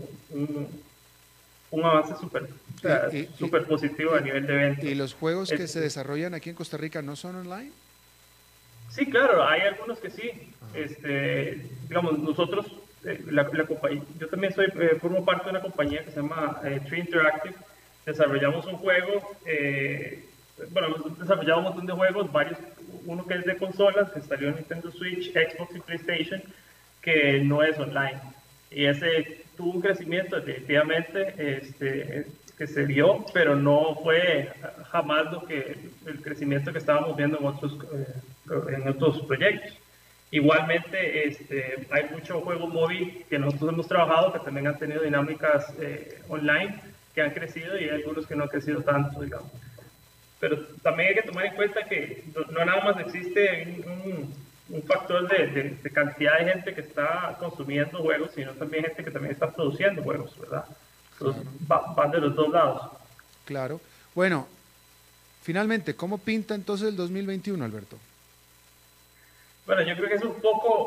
un avance súper positivo a nivel de ventas. ¿Y los juegos que se desarrollan aquí en Costa Rica no son online? Sí, claro, hay algunos que sí. Digamos, nosotros yo también formo parte de una compañía que se llama Tree Interactive. Desarrollamos un juego, hemos desarrollado un montón de juegos, uno que es de consolas, que salió en Nintendo Switch, Xbox y PlayStation, que no es online. Y ese tuvo un crecimiento definitivamente que se vio, pero no fue jamás el crecimiento que estábamos viendo en otros proyectos. Igualmente, hay mucho juego móvil que nosotros hemos trabajado que también han tenido dinámicas online que han crecido y hay algunos que no han crecido tanto, digamos. Pero también hay que tomar en cuenta que no nada más existe un factor de cantidad de gente que está consumiendo juegos, sino también gente que también está produciendo juegos, ¿verdad? Entonces van de los dos lados. Claro. Bueno, finalmente, ¿cómo pinta entonces el 2021, Alberto? Bueno, yo creo que es un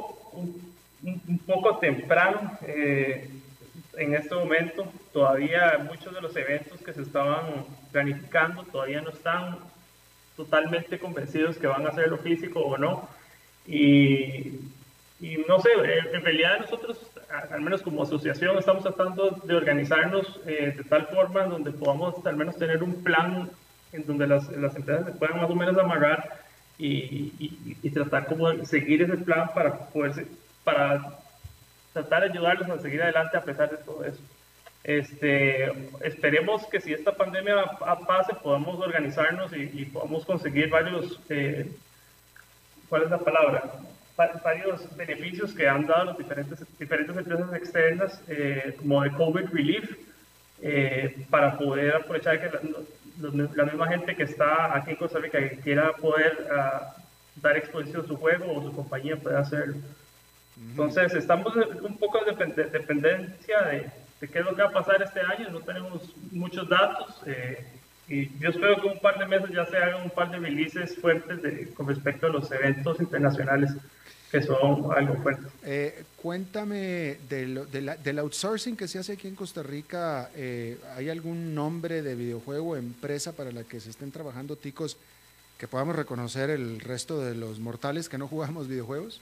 poco temprano en este momento. Todavía muchos de los eventos que se estaban planificando todavía no están totalmente convencidos que van a hacerlo físico o no. Y no sé, en realidad nosotros, al menos como asociación, estamos tratando de organizarnos de tal forma en donde podamos al menos tener un plan en donde las empresas se puedan más o menos amarrar y tratar como de seguir ese plan para tratar de ayudarlos a seguir adelante a pesar de todo eso. Esperemos que si esta pandemia pase podamos organizarnos y podamos conseguir varios, ¿cuál es la palabra? Varios beneficios que han dado las diferentes empresas externas, como de COVID Relief, para poder aprovechar que la misma gente que está aquí en Costa Rica que quiera poder dar exposición a su juego o su compañía puede hacerlo. Entonces estamos un poco de dependencia de qué es lo que va a pasar este año. No tenemos muchos datos y yo espero que en un par de meses ya se hagan un par de releases fuertes con respecto a los eventos internacionales que son algo fuerte. Cuéntame del outsourcing que se hace aquí en Costa Rica. ¿Hay algún nombre de videojuego o empresa para la que se estén trabajando ticos que podamos reconocer el resto de los mortales que no jugamos videojuegos?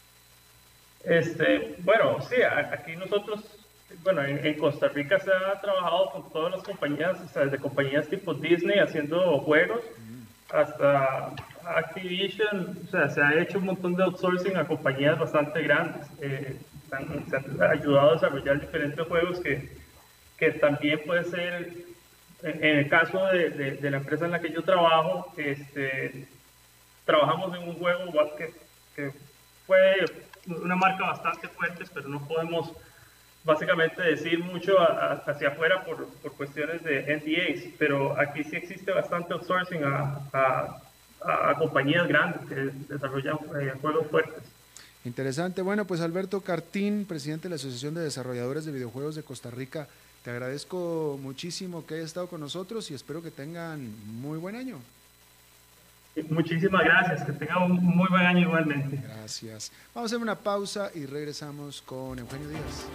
Bueno, sí, aquí nosotros, en Costa Rica se ha trabajado con todas las compañías, o sea, desde compañías tipo Disney haciendo juegos hasta Activision. O sea, se ha hecho un montón de outsourcing a compañías bastante grandes. Se han ayudado a desarrollar diferentes juegos que también puede ser, en el caso de la empresa en la que yo trabajo, trabajamos en un juego que fue una marca bastante fuerte, pero no podemos básicamente decir mucho hacia afuera por cuestiones de NDAs, pero aquí sí existe bastante outsourcing a compañías grandes que desarrollan juegos fuertes. Interesante. Bueno, pues Alberto Cartín, presidente de la Asociación de Desarrolladores de Videojuegos de Costa Rica, te agradezco muchísimo que hayas estado con nosotros y espero que tengan muy buen año. Muchísimas gracias, que tengan un muy buen año igualmente. Gracias. Vamos a hacer una pausa y regresamos con Eugenio Díaz.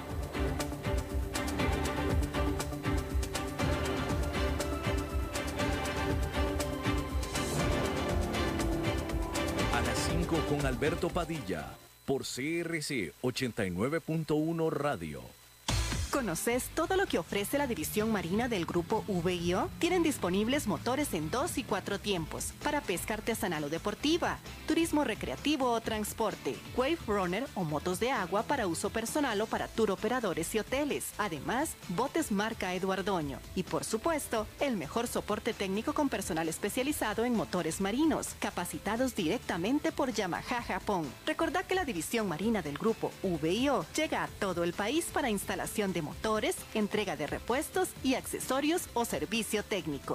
A las 5 con Alberto Padilla, por CRC 89.1 Radio. ¿Conoces todo lo que ofrece la división marina del Grupo VIO? Tienen disponibles motores en 2 y 4 tiempos para pesca artesanal o deportiva, turismo recreativo o transporte, wave runner o motos de agua para uso personal o para tour operadores y hoteles. Además, botes marca Eduardoño. Y por supuesto, el mejor soporte técnico con personal especializado en motores marinos, capacitados directamente por Yamaha Japón. Recordad que la división marina del Grupo VIO llega a todo el país para instalación de motores, entrega de repuestos y accesorios o servicio técnico.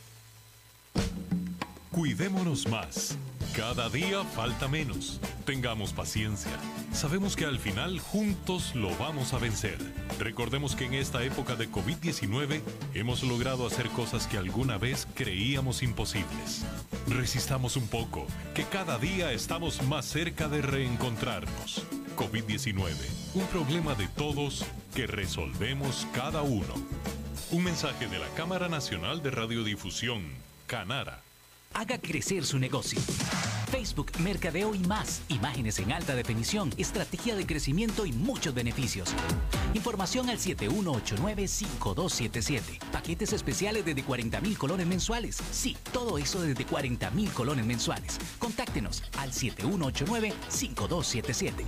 Cuidémonos más. Cada día falta menos. Tengamos paciencia. Sabemos que al final juntos lo vamos a vencer. Recordemos que en esta época de COVID-19 hemos logrado hacer cosas que alguna vez creíamos imposibles. Resistamos un poco, que cada día estamos más cerca de reencontrarnos. COVID-19, un problema de todos que resolvemos cada uno. Un mensaje de la Cámara Nacional de Radiodifusión, Canara. Haga crecer su negocio. Facebook, mercadeo y más. Imágenes en alta definición, estrategia de crecimiento y muchos beneficios. Información al 7189-5277. Paquetes especiales desde 40,000 colones mensuales. Sí, todo eso desde 40,000 colones mensuales. Contáctenos al 7189-5277.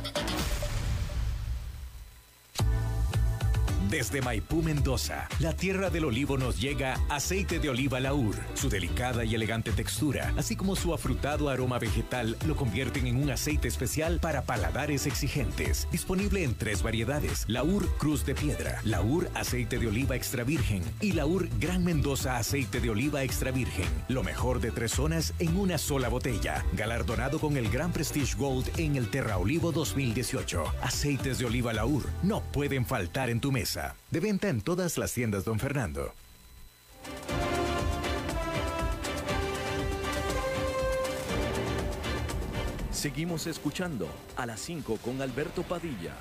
Desde Maipú, Mendoza, la tierra del olivo, nos llega aceite de oliva Laur. Su delicada y elegante textura, así como su afrutado aroma vegetal, lo convierten en un aceite especial para paladares exigentes. Disponible en 3 variedades: Laur Cruz de Piedra, Laur Aceite de Oliva Extra Virgen y Laur Gran Mendoza Aceite de Oliva Extra Virgen. Lo mejor de 3 zonas en una sola botella. Galardonado con el Gran Prestige Gold en el Terra Olivo 2018. Aceites de oliva Laur no pueden faltar en tu mesa. De venta en todas las tiendas Don Fernando. Seguimos escuchando a las 5 con Alberto Padilla.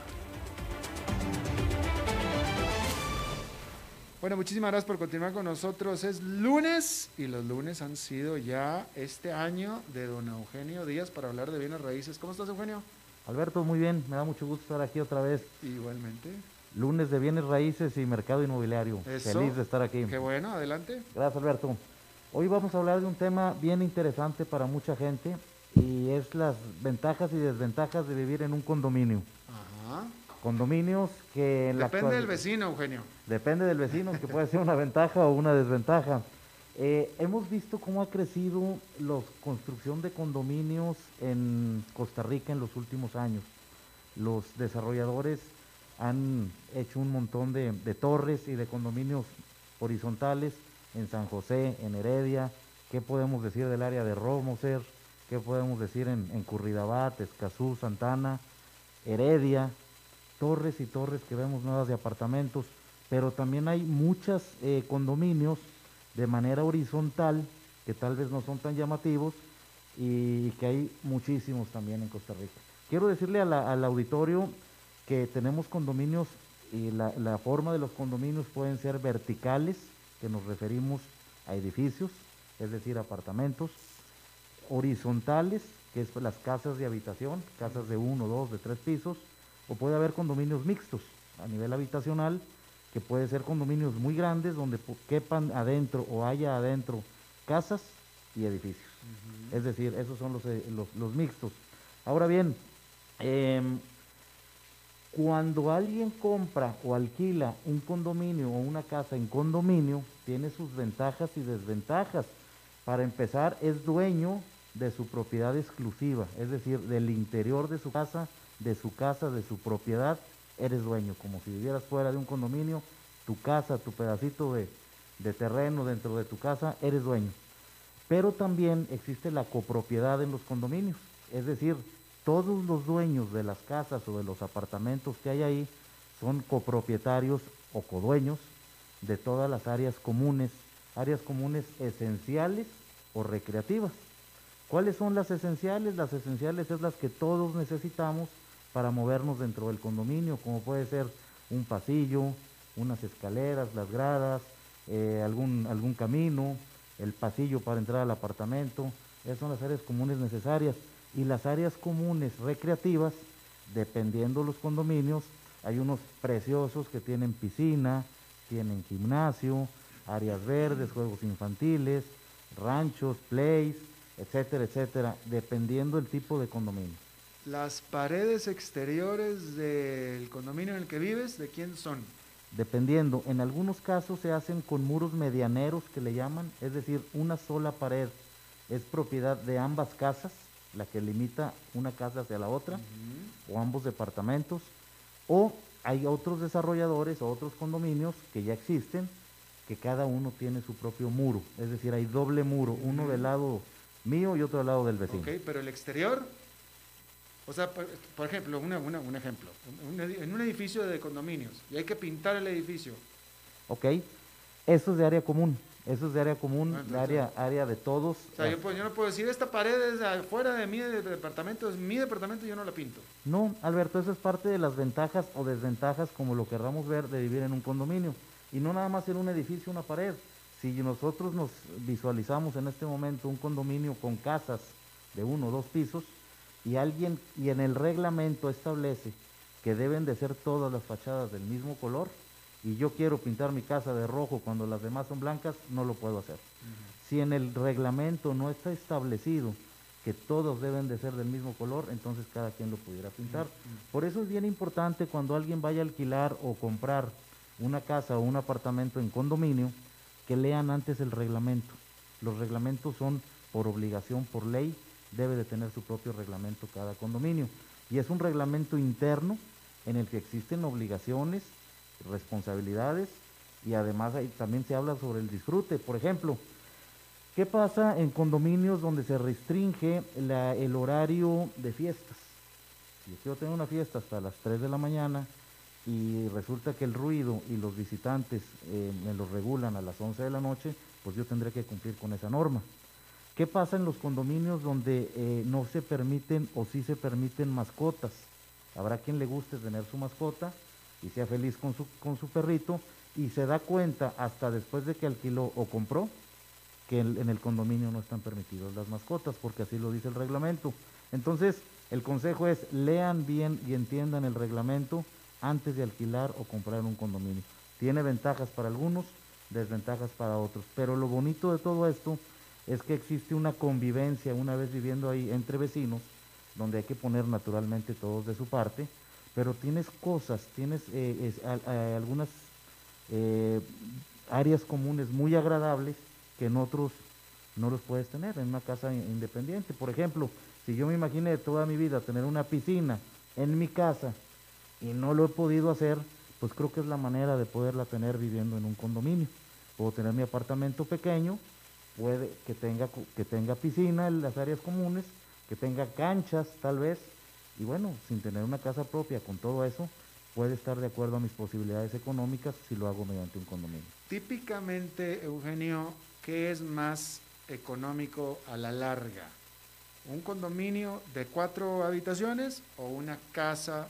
Bueno, muchísimas gracias por continuar con nosotros. Es lunes y los lunes han sido ya este año de don Eugenio Díaz para hablar de bienes raíces. ¿Cómo estás, Eugenio? Alberto, muy bien, me da mucho gusto estar aquí otra vez. Igualmente. Lunes de bienes raíces y mercado inmobiliario. Eso. Feliz de estar aquí. Qué bueno, adelante. Gracias, Alberto. Hoy vamos a hablar de un tema bien interesante para mucha gente y es las ventajas y desventajas de vivir en un condominio. Ajá. Condominios que en la Depende del vecino, Eugenio. Depende del vecino, que puede ser una ventaja o una desventaja. Hemos visto cómo ha crecido la construcción de condominios en Costa Rica en los últimos años. Los desarrolladores han hecho un montón de torres y de condominios horizontales en San José, en Heredia. ¿Qué podemos decir del área de Romoser? ¿Qué podemos decir en Curridabat, Escazú, Santana, Heredia? Torres y torres que vemos nuevas de apartamentos, pero también hay muchos condominios de manera horizontal que tal vez no son tan llamativos y que hay muchísimos también en Costa Rica. Quiero decirle al auditorio que tenemos condominios y la forma de los condominios pueden ser verticales, que nos referimos a edificios, es decir, apartamentos, horizontales, que es las casas de habitación, casas de 1, 2, de 3 pisos, o puede haber condominios mixtos a nivel habitacional, que puede ser condominios muy grandes donde quepan adentro o haya adentro casas y edificios. Es decir, esos son los mixtos. Ahora bien, cuando alguien compra o alquila un condominio o una casa en condominio, tiene sus ventajas y desventajas. Para empezar, es dueño de su propiedad exclusiva, es decir, del interior de su casa, de su propiedad, eres dueño, como si vivieras fuera de un condominio, tu casa, tu pedacito de terreno dentro de tu casa, eres dueño. Pero también existe la copropiedad en los condominios, es decir, todos los dueños de las casas o de los apartamentos que hay ahí son copropietarios o codueños de todas las áreas comunes esenciales o recreativas. ¿Cuáles son las esenciales? Las esenciales es las que todos necesitamos para movernos dentro del condominio, como puede ser un pasillo, unas escaleras, las gradas, algún camino, el pasillo para entrar al apartamento. Esas son las áreas comunes necesarias. Y las áreas comunes recreativas, dependiendo los condominios, hay unos preciosos que tienen piscina, tienen gimnasio, áreas verdes, juegos infantiles, ranchos, plays, etcétera, etcétera, dependiendo del tipo de condominio. Las paredes exteriores del condominio en el que vives, ¿de quién son? Dependiendo, en algunos casos se hacen con muros medianeros que le llaman, es decir, una sola pared es propiedad de ambas casas, la que limita una casa hacia la otra, o ambos departamentos, o hay otros desarrolladores o otros condominios que ya existen, que cada uno tiene su propio muro, es decir, hay doble muro, uno del lado mío y otro del lado del vecino. Ok, pero el exterior, o sea, por ejemplo, un ejemplo, en un edificio de condominios, y hay que pintar el edificio. Ok, eso es de área común. Eso es de área común, área de todos. O sea, yo no puedo decir, esta pared es afuera de mi departamento, es mi departamento y yo no la pinto. No, Alberto, eso es parte de las ventajas o desventajas, como lo querramos ver, de vivir en un condominio. Y no nada más en un edificio, una pared. Si nosotros nos visualizamos en este momento un condominio con casas de 1 o 2 pisos, y en el reglamento establece que deben de ser todas las fachadas del mismo color, y yo quiero pintar mi casa de rojo cuando las demás son blancas, no lo puedo hacer. Si en el reglamento no está establecido que todos deben de ser del mismo color, entonces cada quien lo pudiera pintar. Por eso es bien importante cuando alguien vaya a alquilar o comprar una casa o un apartamento en condominio, que lean antes el reglamento. Los reglamentos son por obligación, por ley, debe de tener su propio reglamento cada condominio. Y es un reglamento interno en el que existen obligaciones, responsabilidades, y además ahí también se habla sobre el disfrute. Por ejemplo, ¿qué pasa en condominios donde se restringe el horario de fiestas? Si yo quiero tener una fiesta hasta las 3 de la mañana y resulta que el ruido y los visitantes me los regulan a las 11 de la noche, pues yo tendré que cumplir con esa norma. ¿Qué pasa en los condominios donde no se permiten o sí se permiten mascotas? Habrá quien le guste tener su mascota y sea feliz con su perrito, y se da cuenta hasta después de que alquiló o compró que en el condominio no están permitidas las mascotas, porque así lo dice el reglamento. Entonces, el consejo es: lean bien y entiendan el reglamento antes de alquilar o comprar un condominio. Tiene ventajas para algunos, desventajas para otros, pero lo bonito de todo esto es que existe una convivencia, una vez viviendo ahí entre vecinos, donde hay que poner naturalmente todos de su parte, pero tienes cosas, tienes algunas áreas comunes muy agradables que en otros no los puedes tener en una casa independiente. Por ejemplo, si yo me imaginé toda mi vida tener una piscina en mi casa y no lo he podido hacer, pues creo que es la manera de poderla tener viviendo en un condominio. Puedo tener mi apartamento pequeño, puede que tenga piscina en las áreas comunes, que tenga canchas tal vez, y bueno, sin tener una casa propia, con todo eso, puede estar de acuerdo a mis posibilidades económicas si lo hago mediante un condominio. Típicamente, Eugenio, ¿qué es más económico a la larga? ¿Un condominio de 4 habitaciones o una casa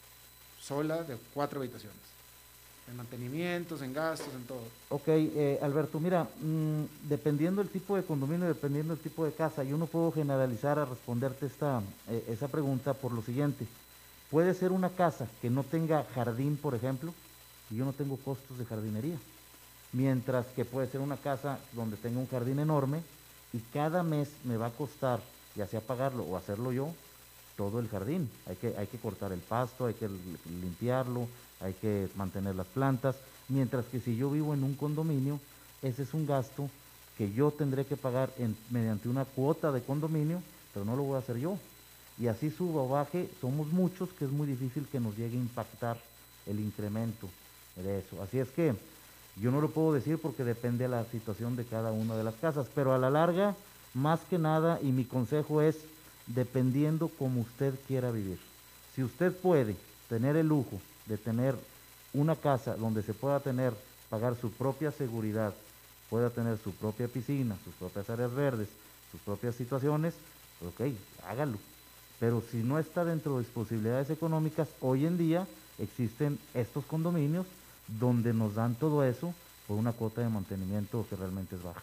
sola de 4 habitaciones? En mantenimientos, en gastos, en todo. Ok, Alberto, mira, dependiendo del tipo de condominio, dependiendo del tipo de casa, yo no puedo generalizar a responderte esa pregunta por lo siguiente. Puede ser una casa que no tenga jardín, por ejemplo, y yo no tengo costos de jardinería. Mientras que puede ser una casa donde tenga un jardín enorme y cada mes me va a costar, ya sea pagarlo o hacerlo yo, todo el jardín. Hay que cortar el pasto, hay que limpiarlo, hay que mantener las plantas, mientras que si yo vivo en un condominio, ese es un gasto que yo tendré que pagar mediante una cuota de condominio, pero no lo voy a hacer yo. Y así suba o baje, somos muchos que es muy difícil que nos llegue a impactar el incremento de eso. Así es que yo no lo puedo decir porque depende de la situación de cada una de las casas, pero a la larga, más que nada, y mi consejo es, dependiendo como usted quiera vivir. Si usted puede tener el lujo de tener una casa donde se pueda pagar su propia seguridad, pueda tener su propia piscina, sus propias áreas verdes, sus propias situaciones, pues ok, hágalo. Pero si no está dentro de sus posibilidades económicas, hoy en día existen estos condominios donde nos dan todo eso por una cuota de mantenimiento que realmente es baja.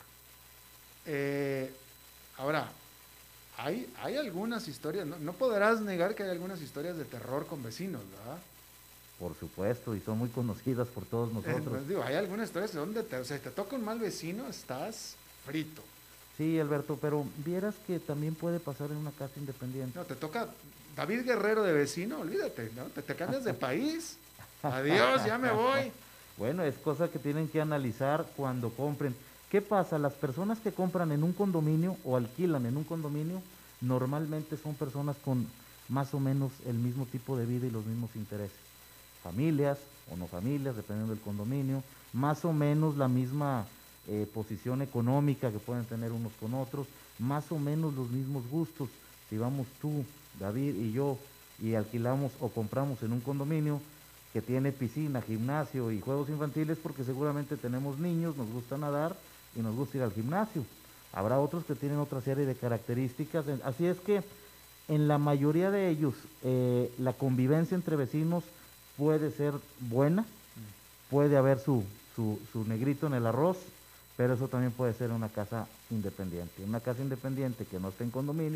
Ahora, hay algunas historias, no podrás negar que hay algunas historias de terror con vecinos, ¿verdad? Por supuesto, y son muy conocidas por todos nosotros. Pues digo, hay algunas historias donde si te toca un mal vecino, estás frito. Sí, Alberto, pero vieras que también puede pasar en una casa independiente. No, te toca David Guerrero de vecino, olvídate, ¿no? Te cambias de país. Adiós, ya me voy. Bueno, es cosa que tienen que analizar cuando compren. ¿Qué pasa? Las personas que compran en un condominio o alquilan en un condominio, normalmente son personas con más o menos el mismo tipo de vida y los mismos intereses. Familias o no familias, dependiendo del condominio, más o menos la misma posición económica que pueden tener unos con otros, más o menos los mismos gustos. Si vamos tú, David y yo y alquilamos o compramos en un condominio que tiene piscina, gimnasio y juegos infantiles, porque seguramente tenemos niños, nos gusta nadar y nos gusta ir al gimnasio. Habrá otros que tienen otra serie de características, así es que en la mayoría de ellos la convivencia entre vecinos puede ser buena, puede haber su negrito en el arroz, pero eso también puede ser una casa independiente. Una casa independiente que no esté en condominio,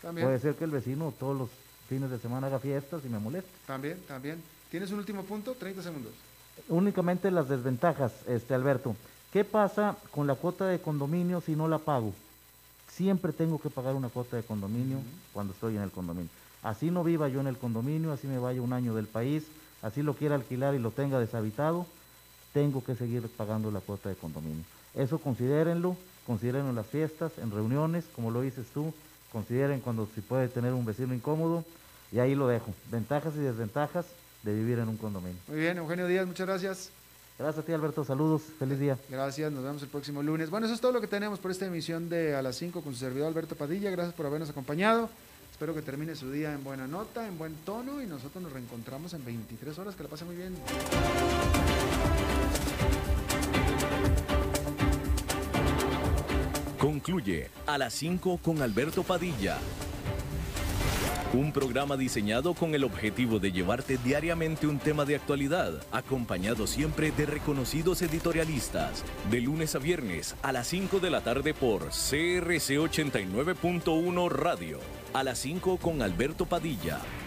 También. Puede ser que el vecino todos los fines de semana haga fiestas y me moleste. También. ¿Tienes un último punto? 30 segundos. Únicamente las desventajas, Alberto. ¿Qué pasa con la cuota de condominio si no la pago? Siempre tengo que pagar una cuota de condominio cuando estoy en el condominio. Así no viva yo en el condominio, así me vaya un año del país, así lo quiera alquilar y lo tenga deshabitado, tengo que seguir pagando la cuota de condominio. Eso considérenlo en las fiestas, en reuniones, como lo dices tú, consideren cuando se puede tener un vecino incómodo, y ahí lo dejo. Ventajas y desventajas de vivir en un condominio. Muy bien, Eugenio Díaz, muchas gracias. Gracias a ti, Alberto, saludos, feliz día. Gracias, nos vemos el próximo lunes. Bueno, eso es todo lo que tenemos por esta emisión de A las 5 con su servidor Alberto Padilla. Gracias por habernos acompañado. Espero que termine su día en buena nota, en buen tono, y nosotros nos reencontramos en 23 horas. Que la pase muy bien. Concluye A las 5 con Alberto Padilla. Un programa diseñado con el objetivo de llevarte diariamente un tema de actualidad, acompañado siempre de reconocidos editorialistas, de lunes a viernes a las 5 de la tarde por CRC 89.1 Radio. A las 5 con Alberto Padilla.